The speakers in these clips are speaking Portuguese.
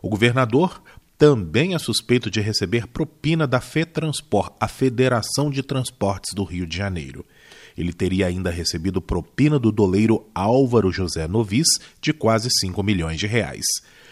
O governador também é suspeito de receber propina da FETransport, a Federação de Transportes do Rio de Janeiro. Ele teria ainda recebido propina do doleiro Álvaro José Novis de quase 5 milhões de reais.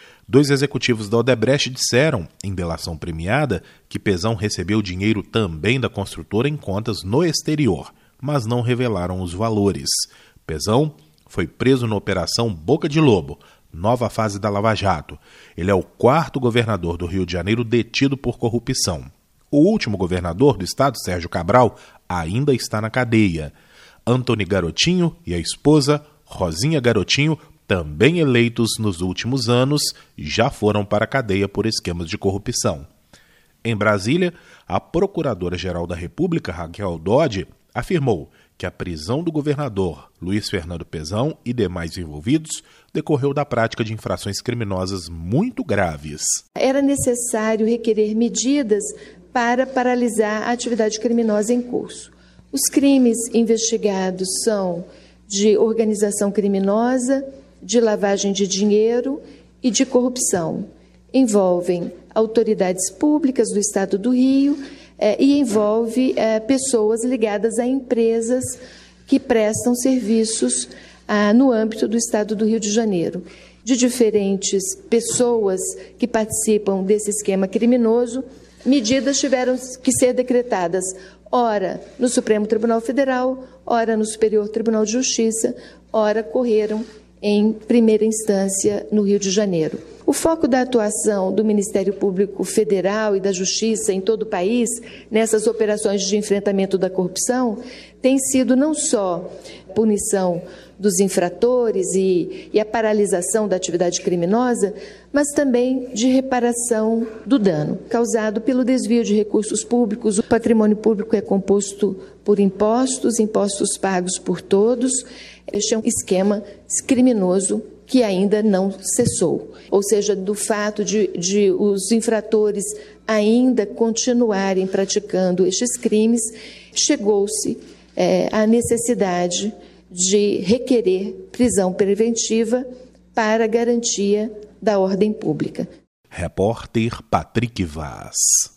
2 executivos da Odebrecht disseram, em delação premiada, que Pezão recebeu dinheiro também da construtora em contas no exterior, mas não revelaram os valores. Pezão foi preso na Operação Boca de Lobo, nova fase da Lava Jato. Ele é o 4º governador do Rio de Janeiro detido por corrupção. O último governador do estado, Sérgio Cabral, ainda está na cadeia. Antony Garotinho e a esposa, Rosinha Garotinho, também eleitos nos últimos anos, já foram para a cadeia por esquemas de corrupção. Em Brasília, a Procuradora-Geral da República, Raquel Dodge, afirmou que a prisão do governador Luiz Fernando Pezão e demais envolvidos decorreu da prática de infrações criminosas muito graves. Era necessário requerer medidas para paralisar a atividade criminosa em curso. Os crimes investigados são de organização criminosa, de lavagem de dinheiro e de corrupção. Envolvem autoridades públicas do Estado do Rio e envolve pessoas ligadas a empresas que prestam serviços no âmbito do Estado do Rio de Janeiro. De diferentes pessoas que participam desse esquema criminoso, medidas tiveram que ser decretadas, ora no Supremo Tribunal Federal, ora no Superior Tribunal de Justiça, ora correram em primeira instância no Rio de Janeiro. O foco da atuação do Ministério Público Federal e da Justiça em todo o país, nessas operações de enfrentamento da corrupção, tem sido não só punição dos infratores e a paralisação da atividade criminosa, mas também de reparação do dano causado pelo desvio de recursos públicos. O patrimônio público é composto por impostos pagos por todos. Este é um esquema criminoso que ainda não cessou. Ou seja, do fato de os infratores ainda continuarem praticando estes crimes, chegou-se à necessidade de requerer prisão preventiva para garantia da ordem pública. Repórter Patrick Vaz.